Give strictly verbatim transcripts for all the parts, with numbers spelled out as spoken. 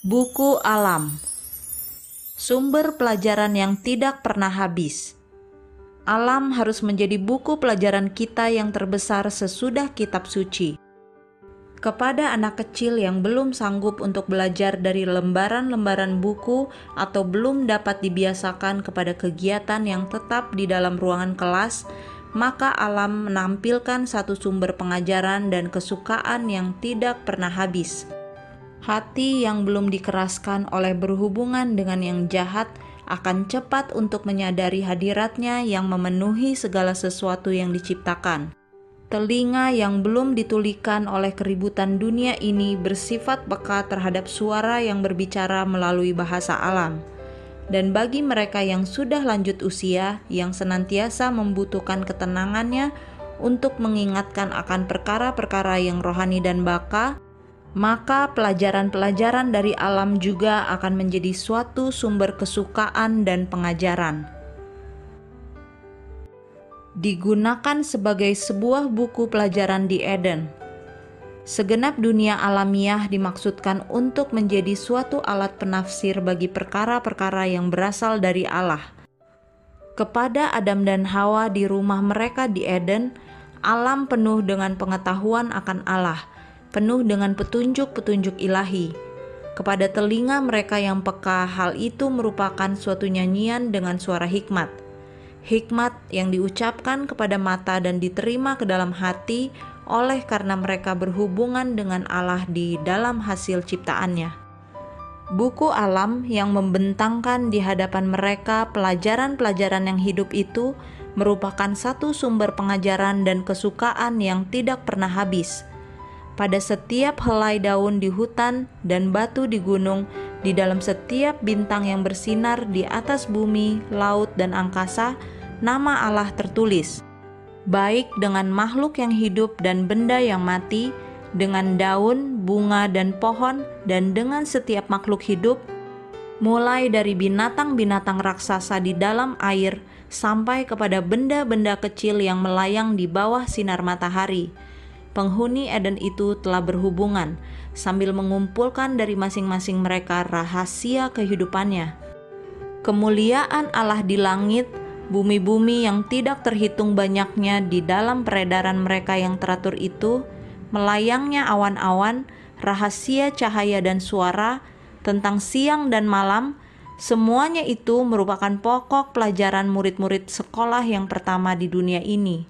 Buku Alam, sumber pelajaran yang tidak pernah habis. Alam harus menjadi buku pelajaran kita yang terbesar sesudah kitab suci. Kepada anak kecil yang belum sanggup untuk belajar dari lembaran-lembaran buku atau belum dapat dibiasakan kepada kegiatan yang tetap di dalam ruangan kelas, maka alam menampilkan satu sumber pengajaran dan kesukaan yang tidak pernah habis. Hati yang belum dikeraskan oleh berhubungan dengan yang jahat akan cepat untuk menyadari hadiratnya yang memenuhi segala sesuatu yang diciptakan. Telinga yang belum ditulikan oleh keributan dunia ini bersifat peka terhadap suara yang berbicara melalui bahasa alam. Dan bagi mereka yang sudah lanjut usia, yang senantiasa membutuhkan ketenangannya untuk mengingatkan akan perkara-perkara yang rohani dan baka, maka pelajaran-pelajaran dari alam juga akan menjadi suatu sumber kesukaan dan pengajaran. Digunakan sebagai sebuah buku pelajaran di Eden. Segenap dunia alamiah dimaksudkan untuk menjadi suatu alat penafsir bagi perkara-perkara yang berasal dari Allah. Kepada Adam dan Hawa di rumah mereka di Eden, alam penuh dengan pengetahuan akan Allah, penuh dengan petunjuk-petunjuk ilahi. Kepada telinga mereka yang peka, hal itu merupakan suatu nyanyian dengan suara hikmat. Hikmat yang diucapkan kepada mata dan diterima ke dalam hati oleh karena mereka berhubungan dengan Allah di dalam hasil ciptaannya. Buku alam yang membentangkan di hadapan mereka pelajaran-pelajaran yang hidup itu merupakan satu sumber pengajaran dan kesukaan yang tidak pernah habis. Pada setiap helai daun di hutan dan batu di gunung, di dalam setiap bintang yang bersinar di atas bumi, laut, dan angkasa, nama Allah tertulis. Baik dengan makhluk yang hidup dan benda yang mati, dengan daun, bunga, dan pohon, dan dengan setiap makhluk hidup, mulai dari binatang-binatang raksasa di dalam air, sampai kepada benda-benda kecil yang melayang di bawah sinar matahari. Penghuni Eden itu telah berhubungan sambil mengumpulkan dari masing-masing mereka rahasia kehidupannya. Kemuliaan Allah di langit, bumi-bumi yang tidak terhitung banyaknya di dalam peredaran mereka yang teratur itu, melayangnya awan-awan, rahasia cahaya dan suara, tentang siang dan malam, semuanya itu merupakan pokok pelajaran murid-murid sekolah yang pertama di dunia ini.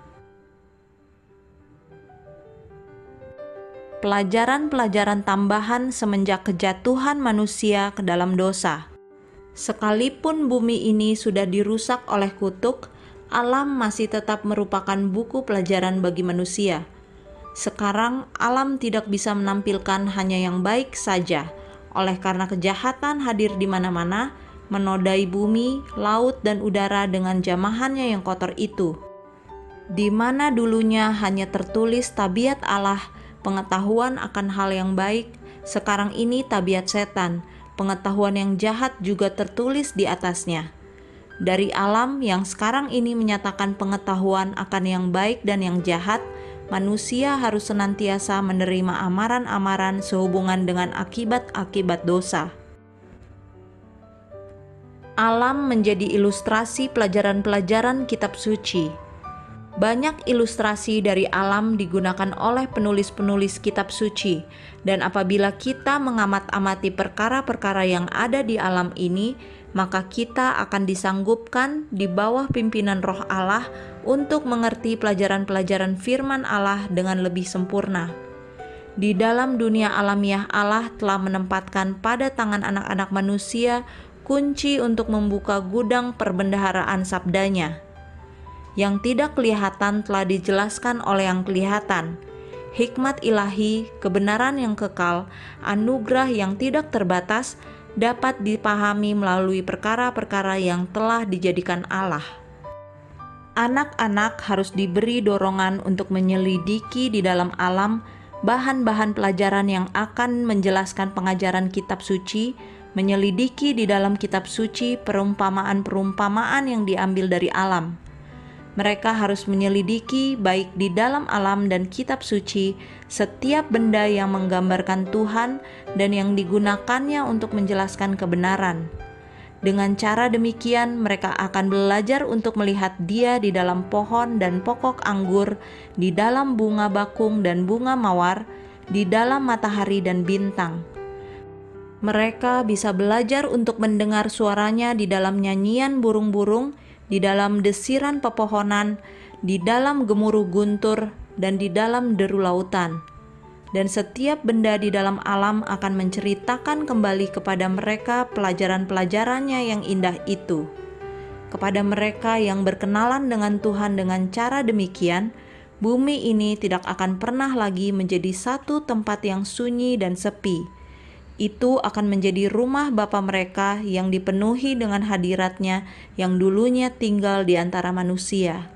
Pelajaran-pelajaran tambahan semenjak kejatuhan manusia ke dalam dosa. Sekalipun bumi ini sudah dirusak oleh kutuk, alam masih tetap merupakan buku pelajaran bagi manusia. Sekarang alam tidak bisa menampilkan hanya yang baik saja, oleh karena kejahatan hadir di mana-mana, menodai bumi, laut, dan udara dengan jamahannya yang kotor itu. Di mana dulunya hanya tertulis tabiat Allah, pengetahuan akan hal yang baik, sekarang ini tabiat setan, pengetahuan yang jahat juga tertulis di atasnya. Dari alam yang sekarang ini menyatakan pengetahuan akan yang baik dan yang jahat, manusia harus senantiasa menerima amaran-amaran sehubungan dengan akibat-akibat dosa. Alam menjadi ilustrasi pelajaran-pelajaran kitab suci. Banyak ilustrasi dari alam digunakan oleh penulis-penulis kitab suci, dan apabila kita mengamat-amati perkara-perkara yang ada di alam ini, maka kita akan disanggupkan di bawah pimpinan Roh Allah untuk mengerti pelajaran-pelajaran firman Allah dengan lebih sempurna. Di dalam dunia alamiah, Allah telah menempatkan pada tangan anak-anak manusia kunci untuk membuka gudang perbendaharaan sabdanya. Yang tidak kelihatan telah dijelaskan oleh yang kelihatan. Hikmat ilahi, kebenaran yang kekal, anugerah yang tidak terbatas dapat dipahami melalui perkara-perkara yang telah dijadikan Allah. Anak-anak harus diberi dorongan untuk menyelidiki di dalam alam bahan-bahan pelajaran yang akan menjelaskan pengajaran kitab suci, menyelidiki di dalam kitab suci perumpamaan-perumpamaan yang diambil dari alam. Mereka harus menyelidiki baik di dalam alam dan kitab suci setiap benda yang menggambarkan Tuhan dan yang digunakannya untuk menjelaskan kebenaran. Dengan cara demikian, mereka akan belajar untuk melihat Dia di dalam pohon dan pokok anggur, di dalam bunga bakung dan bunga mawar, di dalam matahari dan bintang. Mereka bisa belajar untuk mendengar suaranya di dalam nyanyian burung-burung, di dalam desiran pepohonan, di dalam gemuruh guntur, dan di dalam deru lautan. Dan setiap benda di dalam alam akan menceritakan kembali kepada mereka pelajaran-pelajarannya yang indah itu. Kepada mereka yang berkenalan dengan Tuhan dengan cara demikian, bumi ini tidak akan pernah lagi menjadi satu tempat yang sunyi dan sepi. Itu akan menjadi rumah Bapa mereka yang dipenuhi dengan hadirat-Nya yang dulunya tinggal di antara manusia.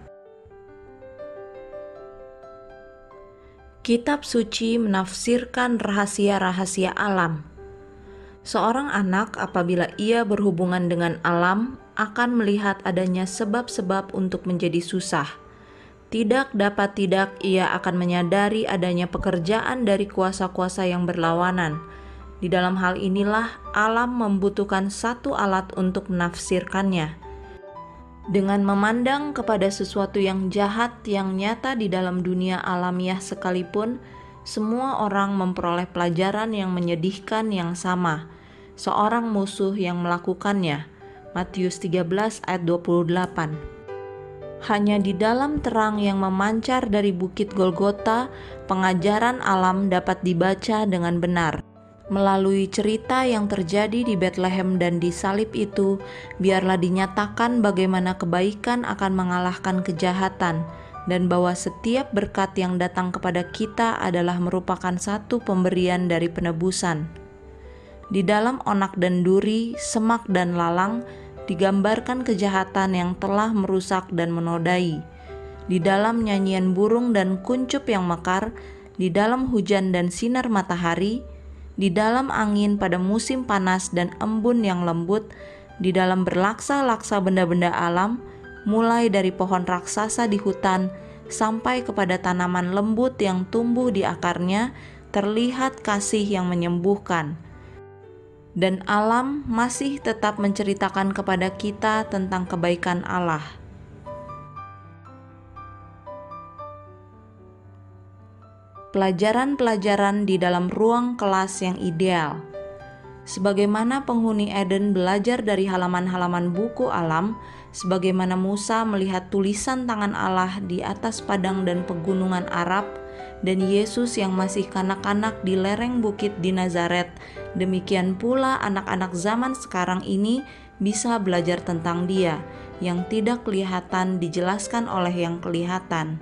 Kitab suci menafsirkan rahasia-rahasia alam. Seorang anak apabila ia berhubungan dengan alam akan melihat adanya sebab-sebab untuk menjadi susah. Tidak dapat tidak ia akan menyadari adanya pekerjaan dari kuasa-kuasa yang berlawanan. Di dalam hal inilah alam membutuhkan satu alat untuk menafsirkannya. Dengan memandang kepada sesuatu yang jahat yang nyata di dalam dunia alamiah sekalipun, semua orang memperoleh pelajaran yang menyedihkan yang sama. Seorang musuh yang melakukannya. Matius tiga belas ayat dua puluh delapan. Hanya di dalam terang yang memancar dari bukit Golgota, pengajaran alam dapat dibaca dengan benar. Melalui cerita yang terjadi di Bethlehem dan di salib itu, biarlah dinyatakan bagaimana kebaikan akan mengalahkan kejahatan, dan bahwa setiap berkat yang datang kepada kita adalah merupakan satu pemberian dari penebusan. Di dalam onak dan duri, semak dan lalang, digambarkan kejahatan yang telah merusak dan menodai. Di dalam nyanyian burung dan kuncup yang mekar, di dalam hujan dan sinar matahari, di dalam angin pada musim panas dan embun yang lembut, di dalam berlaksa-laksa benda-benda alam, mulai dari pohon raksasa di hutan sampai kepada tanaman lembut yang tumbuh di akarnya, terlihat kasih yang menyembuhkan. Dan alam masih tetap menceritakan kepada kita tentang kebaikan Allah. Pelajaran-pelajaran di dalam ruang kelas yang ideal. Sebagaimana penghuni Eden belajar dari halaman-halaman buku alam, sebagaimana Musa melihat tulisan tangan Allah di atas padang dan pegunungan Arab, dan Yesus yang masih kanak-kanak di lereng bukit di Nazaret, demikian pula anak-anak zaman sekarang ini bisa belajar tentang Dia, yang tidak kelihatan dijelaskan oleh yang kelihatan.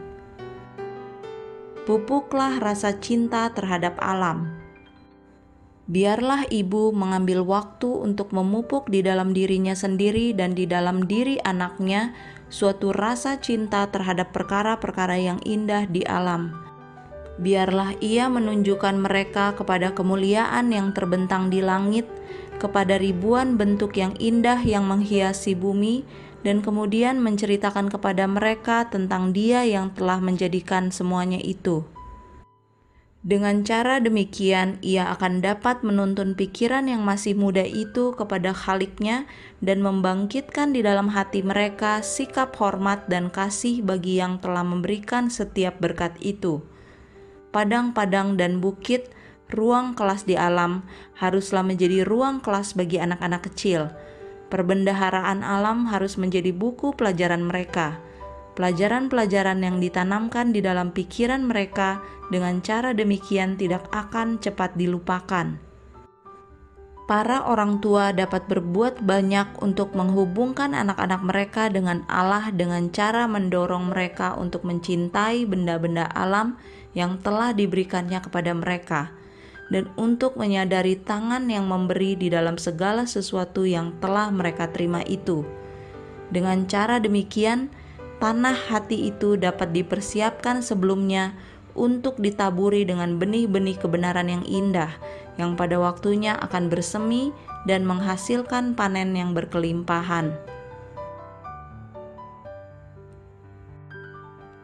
Pupuklah rasa cinta terhadap alam. Biarlah ibu mengambil waktu untuk memupuk di dalam dirinya sendiri dan di dalam diri anaknya suatu rasa cinta terhadap perkara-perkara yang indah di alam. Biarlah ia menunjukkan mereka kepada kemuliaan yang terbentang di langit, kepada ribuan bentuk yang indah yang menghiasi bumi, dan kemudian menceritakan kepada mereka tentang Dia yang telah menjadikan semuanya itu. Dengan cara demikian, ia akan dapat menuntun pikiran yang masih muda itu kepada Khaliknya dan membangkitkan di dalam hati mereka sikap hormat dan kasih bagi yang telah memberikan setiap berkat itu. Padang-padang dan bukit, ruang kelas di alam, haruslah menjadi ruang kelas bagi anak-anak kecil. Perbendaharaan alam harus menjadi buku pelajaran mereka. Pelajaran-pelajaran yang ditanamkan di dalam pikiran mereka dengan cara demikian tidak akan cepat dilupakan. Para orang tua dapat berbuat banyak untuk menghubungkan anak-anak mereka dengan Allah dengan cara mendorong mereka untuk mencintai benda-benda alam yang telah diberikannya kepada mereka, dan untuk menyadari tangan yang memberi di dalam segala sesuatu yang telah mereka terima itu. Dengan cara demikian, tanah hati itu dapat dipersiapkan sebelumnya untuk ditaburi dengan benih-benih kebenaran yang indah, yang pada waktunya akan bersemi dan menghasilkan panen yang berkelimpahan.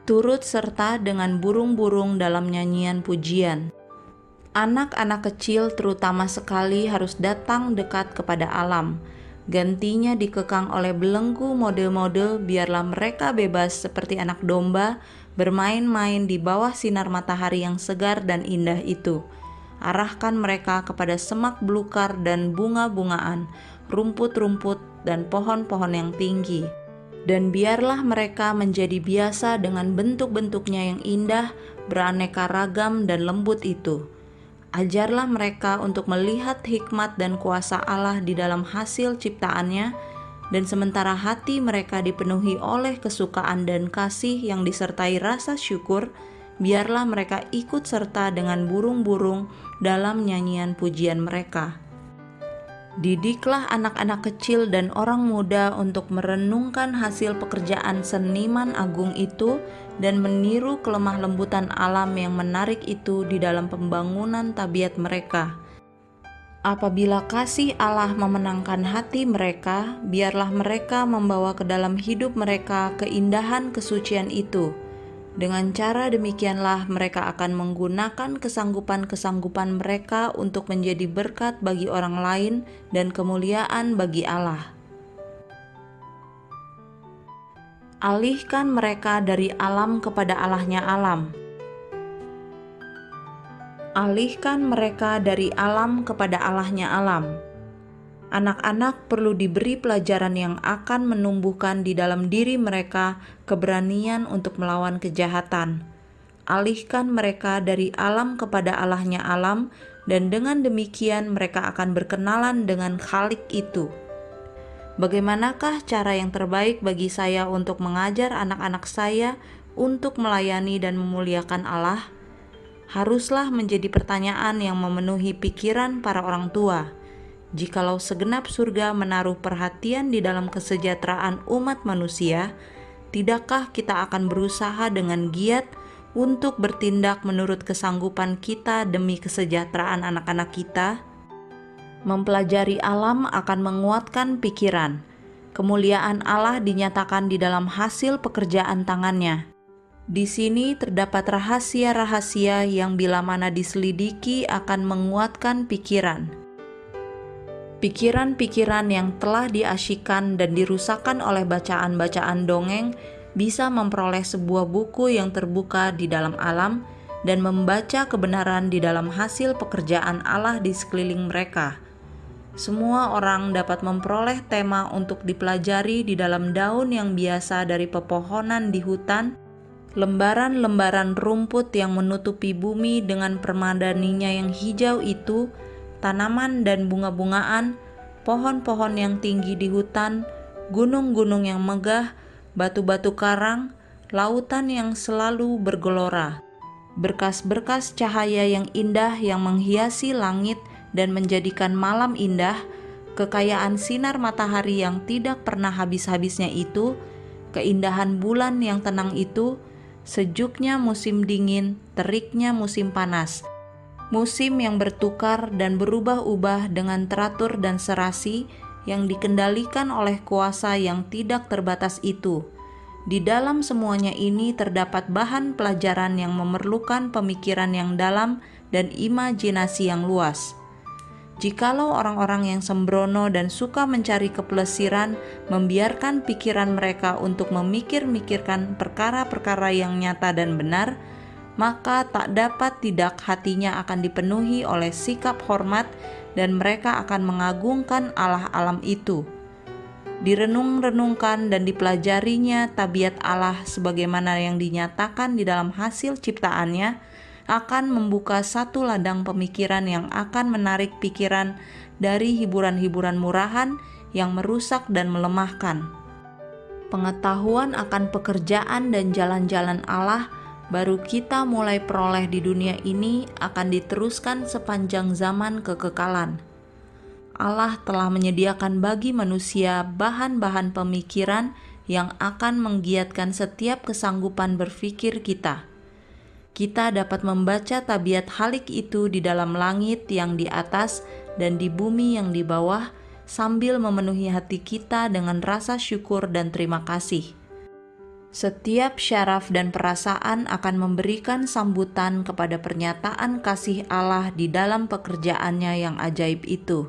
turut serta dengan burung-burung dalam nyanyian pujian. Anak-anak kecil terutama sekali harus datang dekat kepada alam. Gantinya dikekang oleh belenggu model-model, biarlah mereka bebas seperti anak domba, bermain-main di bawah sinar matahari yang segar dan indah itu. Arahkan mereka kepada semak belukar dan bunga-bungaan, rumput-rumput dan pohon-pohon yang tinggi. Dan biarlah mereka menjadi biasa dengan bentuk-bentuknya yang indah, beraneka ragam dan lembut itu. Ajarlah mereka untuk melihat hikmat dan kuasa Allah di dalam hasil ciptaannya, dan sementara hati mereka dipenuhi oleh kesukaan dan kasih yang disertai rasa syukur, biarlah mereka ikut serta dengan burung-burung dalam nyanyian pujian mereka. Didiklah anak-anak kecil dan orang muda untuk merenungkan hasil pekerjaan seniman agung itu dan meniru kelemah lembutan alam yang menarik itu di dalam pembangunan tabiat mereka. Apabila kasih Allah memenangkan hati mereka, biarlah mereka membawa ke dalam hidup mereka keindahan kesucian itu. Dengan cara demikianlah mereka akan menggunakan kesanggupan-kesanggupan mereka untuk menjadi berkat bagi orang lain dan kemuliaan bagi Allah. Alihkan mereka dari alam kepada Allahnya alam. Alihkan mereka dari alam kepada Allahnya alam. Anak-anak perlu diberi pelajaran yang akan menumbuhkan di dalam diri mereka keberanian untuk melawan kejahatan. Alihkan mereka dari alam kepada Allahnya alam, dan dengan demikian mereka akan berkenalan dengan Khalik itu. Bagaimanakah cara yang terbaik bagi saya untuk mengajar anak-anak saya untuk melayani dan memuliakan Allah? Haruslah menjadi pertanyaan yang memenuhi pikiran para orang tua. Jikalau segenap surga menaruh perhatian di dalam kesejahteraan umat manusia, tidakkah kita akan berusaha dengan giat untuk bertindak menurut kesanggupan kita demi kesejahteraan anak-anak kita? Mempelajari alam akan menguatkan pikiran. Kemuliaan Allah dinyatakan di dalam hasil pekerjaan tangannya. Di sini terdapat rahasia-rahasia yang bila mana diselidiki akan menguatkan pikiran. Pikiran-pikiran yang telah diasyikkan dan dirusakkan oleh bacaan-bacaan dongeng bisa memperoleh sebuah buku yang terbuka di dalam alam dan membaca kebenaran di dalam hasil pekerjaan Allah di sekeliling mereka. Semua orang dapat memperoleh tema untuk dipelajari di dalam daun yang biasa dari pepohonan di hutan, lembaran-lembaran rumput yang menutupi bumi dengan permadaninya yang hijau itu, tanaman dan bunga-bungaan, pohon-pohon yang tinggi di hutan, gunung-gunung yang megah, batu-batu karang, lautan yang selalu bergelora, berkas-berkas cahaya yang indah yang menghiasi langit dan menjadikan malam indah, kekayaan sinar matahari yang tidak pernah habis-habisnya itu, keindahan bulan yang tenang itu, sejuknya musim dingin, teriknya musim panas, musim yang bertukar dan berubah-ubah dengan teratur dan serasi yang dikendalikan oleh kuasa yang tidak terbatas itu. Di dalam semuanya ini terdapat bahan pelajaran yang memerlukan pemikiran yang dalam dan imajinasi yang luas. Jikalau orang-orang yang sembrono dan suka mencari kepelesiran membiarkan pikiran mereka untuk memikir-mikirkan perkara-perkara yang nyata dan benar, maka tak dapat tidak hatinya akan dipenuhi oleh sikap hormat dan mereka akan mengagungkan Allah alam itu. Direnung-renungkan dan dipelajarinya tabiat Allah sebagaimana yang dinyatakan di dalam hasil ciptaannya akan membuka satu ladang pemikiran yang akan menarik pikiran dari hiburan-hiburan murahan yang merusak dan melemahkan. Pengetahuan akan pekerjaan dan jalan-jalan Allah baru kita mulai peroleh di dunia ini akan diteruskan sepanjang zaman kekekalan. Allah telah menyediakan bagi manusia bahan-bahan pemikiran yang akan menggiatkan setiap kesanggupan berpikir kita. Kita dapat membaca tabiat Khalik itu di dalam langit yang di atas dan di bumi yang di bawah, sambil memenuhi hati kita dengan rasa syukur dan terima kasih. Setiap syaraf dan perasaan akan memberikan sambutan kepada pernyataan kasih Allah di dalam pekerjaannya yang ajaib itu.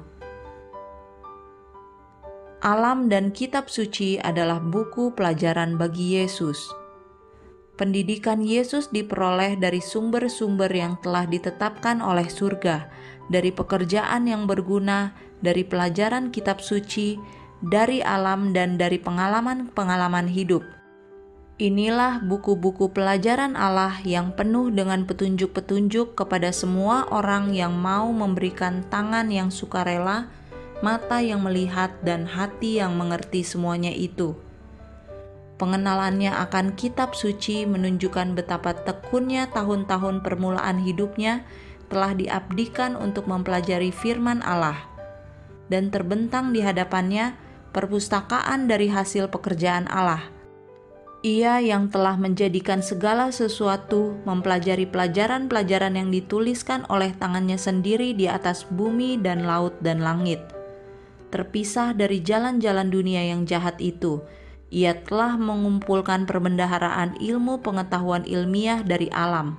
Alam dan Kitab Suci adalah buku pelajaran bagi Yesus. Pendidikan Yesus diperoleh dari sumber-sumber yang telah ditetapkan oleh surga, dari pekerjaan yang berguna, dari pelajaran Kitab Suci, dari alam dan dari pengalaman-pengalaman hidup. Inilah buku-buku pelajaran Allah yang penuh dengan petunjuk-petunjuk kepada semua orang yang mau memberikan tangan yang sukarela, mata yang melihat, dan hati yang mengerti semuanya itu. Pengenalannya akan Kitab Suci menunjukkan betapa tekunnya tahun-tahun permulaan hidupnya telah diabdikan untuk mempelajari firman Allah, dan terbentang di hadapannya perpustakaan dari hasil pekerjaan Allah. Ia yang telah menjadikan segala sesuatu mempelajari pelajaran-pelajaran yang dituliskan oleh tangannya sendiri di atas bumi dan laut dan langit. Terpisah dari jalan-jalan dunia yang jahat itu, ia telah mengumpulkan perbendaharaan ilmu pengetahuan ilmiah dari alam.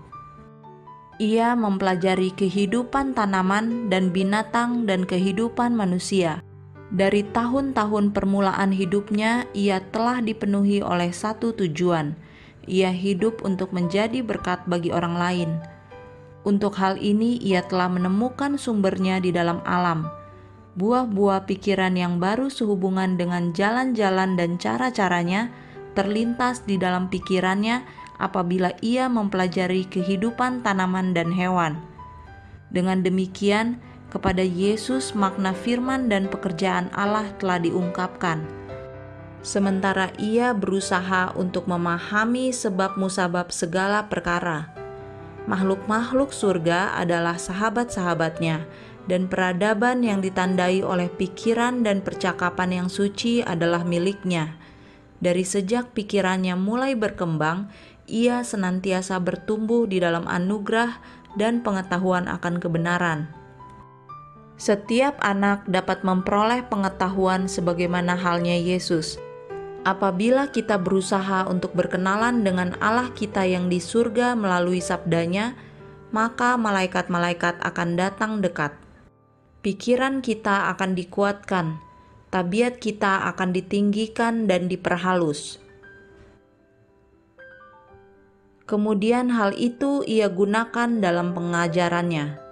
Ia mempelajari kehidupan tanaman dan binatang dan kehidupan manusia. Dari tahun-tahun permulaan hidupnya, ia telah dipenuhi oleh satu tujuan. Ia hidup untuk menjadi berkat bagi orang lain. Untuk hal ini, ia telah menemukan sumbernya di dalam alam. Buah-buah pikiran yang baru sehubungan dengan jalan-jalan dan cara-caranya terlintas di dalam pikirannya apabila ia mempelajari kehidupan tanaman dan hewan. Dengan demikian, kepada Yesus makna firman dan pekerjaan Allah telah diungkapkan. Sementara ia berusaha untuk memahami sebab musabab segala perkara. Makhluk-makhluk surga adalah sahabat-sahabatnya, dan peradaban yang ditandai oleh pikiran dan percakapan yang suci adalah miliknya. Dari sejak pikirannya mulai berkembang, ia senantiasa bertumbuh di dalam anugerah dan pengetahuan akan kebenaran. Setiap anak dapat memperoleh pengetahuan sebagaimana halnya Yesus. Apabila kita berusaha untuk berkenalan dengan Allah kita yang di surga melalui sabdanya, maka malaikat-malaikat akan datang dekat. Pikiran kita akan dikuatkan, tabiat kita akan ditinggikan dan diperhalus. Kemudian hal itu ia gunakan dalam pengajarannya.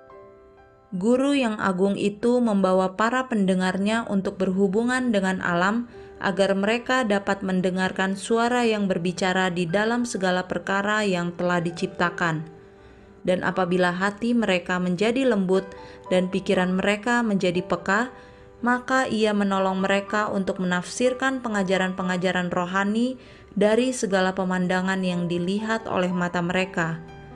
Guru yang agung itu membawa para pendengarnya untuk berhubungan dengan alam agar mereka dapat mendengarkan suara yang berbicara di dalam segala perkara yang telah diciptakan. Dan apabila hati mereka menjadi lembut dan pikiran mereka menjadi peka, maka ia menolong mereka untuk menafsirkan pengajaran-pengajaran rohani dari segala pemandangan yang dilihat oleh mata mereka.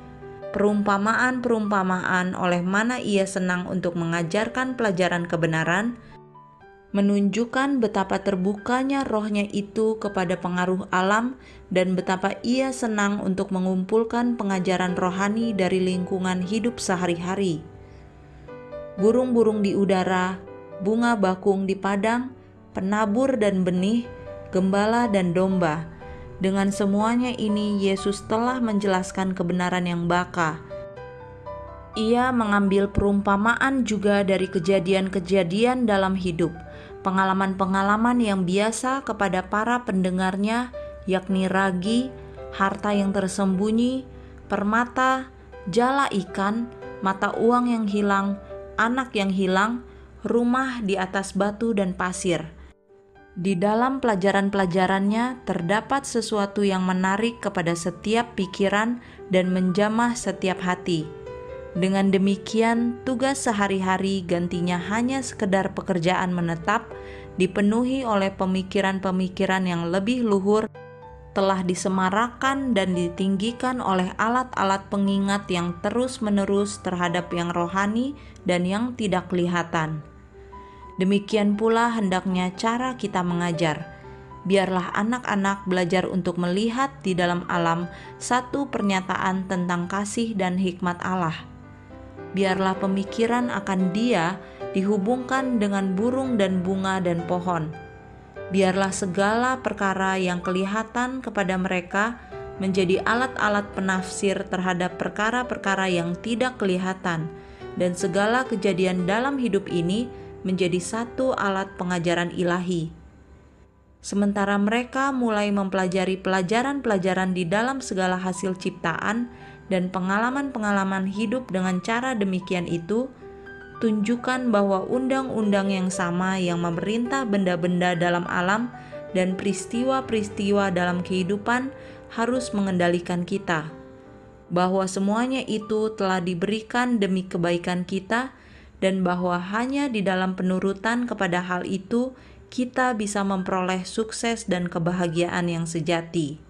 Perumpamaan-perumpamaan oleh mana ia senang untuk mengajarkan pelajaran kebenaran, menunjukkan betapa terbukanya rohnya itu kepada pengaruh alam dan betapa ia senang untuk mengumpulkan pengajaran rohani dari lingkungan hidup sehari-hari. Burung-burung di udara, bunga bakung di padang, penabur dan benih, gembala dan domba. Dengan semuanya ini, Yesus telah menjelaskan kebenaran yang baka. Ia mengambil perumpamaan juga dari kejadian-kejadian dalam hidup, pengalaman-pengalaman yang biasa kepada para pendengarnya, yakni ragi, harta yang tersembunyi, permata, jala ikan, mata uang yang hilang, anak yang hilang, rumah di atas batu dan pasir. Di dalam pelajaran-pelajarannya terdapat sesuatu yang menarik kepada setiap pikiran dan menjamah setiap hati. Dengan demikian, tugas sehari-hari gantinya hanya sekedar pekerjaan menetap, dipenuhi oleh pemikiran-pemikiran yang lebih luhur, telah disemarakan dan ditinggikan oleh alat-alat pengingat yang terus-menerus terhadap yang rohani dan yang tidak kelihatan. Demikian pula hendaknya cara kita mengajar. Biarlah anak-anak belajar untuk melihat di dalam alam satu pernyataan tentang kasih dan hikmat Allah. Biarlah pemikiran akan Dia dihubungkan dengan burung dan bunga dan pohon. Biarlah segala perkara yang kelihatan kepada mereka menjadi alat-alat penafsir terhadap perkara-perkara yang tidak kelihatan, dan segala kejadian dalam hidup ini menjadi satu alat pengajaran ilahi. Sementara mereka mulai mempelajari pelajaran-pelajaran di dalam segala hasil ciptaan dan pengalaman-pengalaman hidup dengan cara demikian itu, tunjukkan bahwa undang-undang yang sama yang memerintah benda-benda dalam alam dan peristiwa-peristiwa dalam kehidupan harus mengendalikan kita, bahwa semuanya itu telah diberikan demi kebaikan kita, dan bahwa hanya di dalam penurutan kepada hal itu kita bisa memperoleh sukses dan kebahagiaan yang sejati.